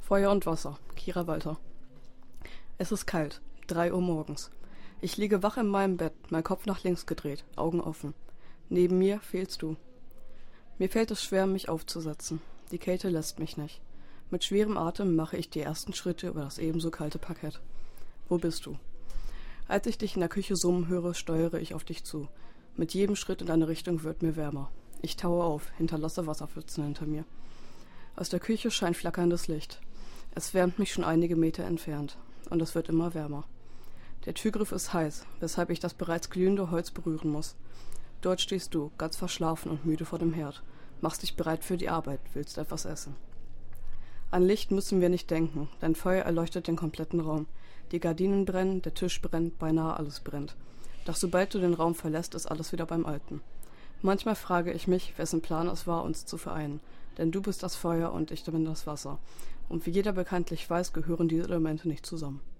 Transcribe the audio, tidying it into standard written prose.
Feuer und Wasser, Kira Walter. Es ist kalt, 3 Uhr morgens. Ich liege wach in meinem Bett, mein Kopf nach links gedreht, Augen offen. Neben mir fehlst du. Mir fällt es schwer, mich aufzusetzen. Die Kälte lässt mich nicht. Mit schwerem Atem mache ich die ersten Schritte über das ebenso kalte Parkett. Wo bist du? Als ich dich in der Küche summen höre, steuere ich auf dich zu. Mit jedem Schritt in deine Richtung wird mir wärmer. Ich taue auf, hinterlasse Wasserpfützen hinter mir. Aus der Küche scheint flackerndes Licht. Es wärmt mich schon einige Meter entfernt. Und es wird immer wärmer. Der Türgriff ist heiß, weshalb ich das bereits glühende Holz berühren muss. Dort stehst du, ganz verschlafen und müde vor dem Herd. Machst dich bereit für die Arbeit, willst etwas essen. An Licht müssen wir nicht denken, dein Feuer erleuchtet den kompletten Raum. Die Gardinen brennen, der Tisch brennt, beinahe alles brennt. Doch sobald du den Raum verlässt, ist alles wieder beim Alten. Manchmal frage ich mich, wessen Plan es war, uns zu vereinen. Denn du bist das Feuer und ich bin das Wasser. Und wie jeder bekanntlich weiß, gehören diese Elemente nicht zusammen.